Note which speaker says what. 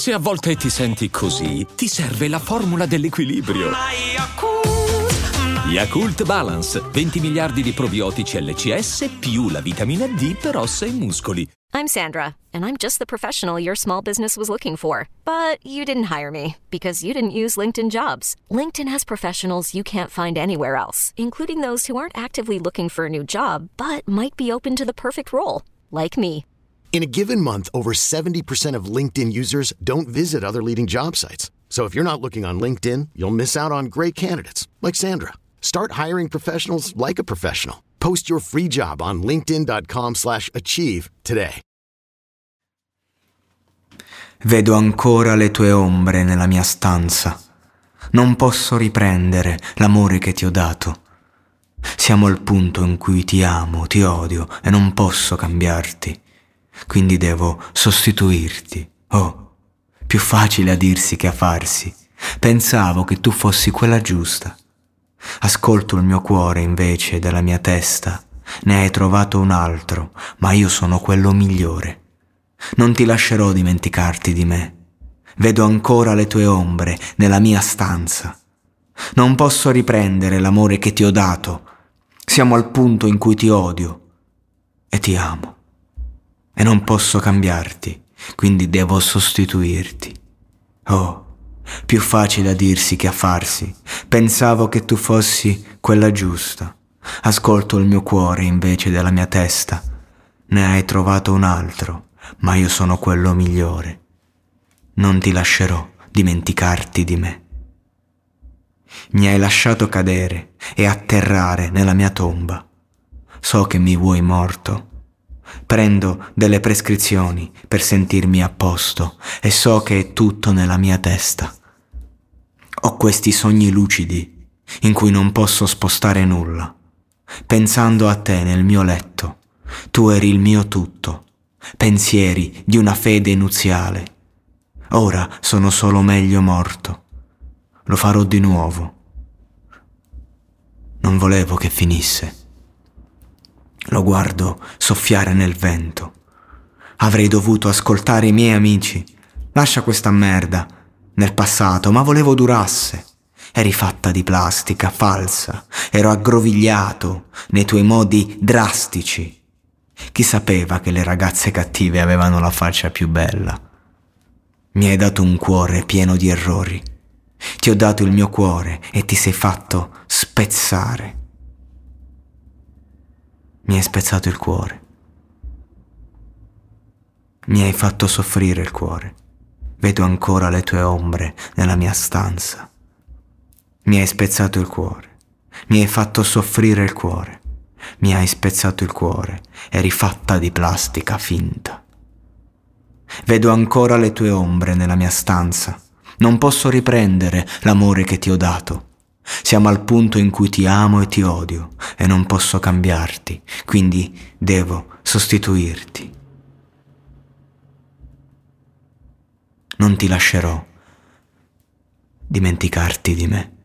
Speaker 1: Se a volte ti senti così, ti serve la formula dell'equilibrio. Yakult Balance, 20 miliardi di probiotici LCS più la vitamina D per ossa e muscoli.
Speaker 2: I'm Sandra, and I'm just the professional your small business was looking for. But you didn't hire me because you didn't use LinkedIn Jobs. LinkedIn has professionals you can't find anywhere else, including those who aren't actively looking for a new job, but might be open to the perfect role, like me.
Speaker 3: In a given month, over 70% of LinkedIn users don't visit other leading job sites. So if you're not looking on LinkedIn, you'll miss out on great candidates like Sandra. Start hiring professionals like a professional. Post your free job on linkedin.com/achieve today.
Speaker 4: Vedo ancora le tue ombre nella mia stanza. Non posso riprendere l'amore che ti ho dato. Siamo al punto in cui ti amo, ti odio e non posso cambiarti. Quindi devo sostituirti. Oh, più facile a dirsi che a farsi. Pensavo che tu fossi quella giusta. Ascolto il mio cuore invece della mia testa. Ne hai trovato un altro, ma io sono quello migliore. Non ti lascerò dimenticarti di me. Vedo ancora le tue ombre nella mia stanza. Non posso riprendere l'amore che ti ho dato. Siamo al punto in cui ti odio e ti amo. E non posso cambiarti, quindi devo sostituirti. Oh, più facile a dirsi che a farsi. Pensavo che tu fossi quella giusta. Ascolto il mio cuore invece della mia testa. Ne hai trovato un altro, ma io sono quello migliore. Non ti lascerò dimenticarti di me. Mi hai lasciato cadere e atterrare nella mia tomba. So che mi vuoi morto. Prendo delle prescrizioni per sentirmi a posto e so che è tutto nella mia testa. Ho questi sogni lucidi in cui non posso spostare nulla. Pensando a te nel mio letto, tu eri il mio tutto. Pensieri di una fede nuziale. Ora sono solo meglio morto. Lo farò di nuovo. Non volevo che finisse. Lo guardo soffiare nel vento. Avrei dovuto ascoltare i miei amici. Lascia questa merda nel passato, ma volevo durasse. Eri fatta di plastica, falsa. Ero aggrovigliato nei tuoi modi drastici. Chi sapeva che le ragazze cattive avevano la faccia più bella? Mi hai dato un cuore pieno di errori. Ti ho dato il mio cuore e ti sei fatto spezzare. Mi hai spezzato il cuore. Mi hai fatto soffrire il cuore. Vedo ancora le tue ombre nella mia stanza. Mi hai spezzato il cuore. Mi hai fatto soffrire il cuore. Mi hai spezzato il cuore. Eri fatta di plastica finta. Vedo ancora le tue ombre nella mia stanza. Non posso riprendere l'amore che ti ho dato. Siamo al punto in cui ti amo e ti odio e non posso cambiarti, quindi devo sostituirti. Non ti lascerò dimenticarti di me.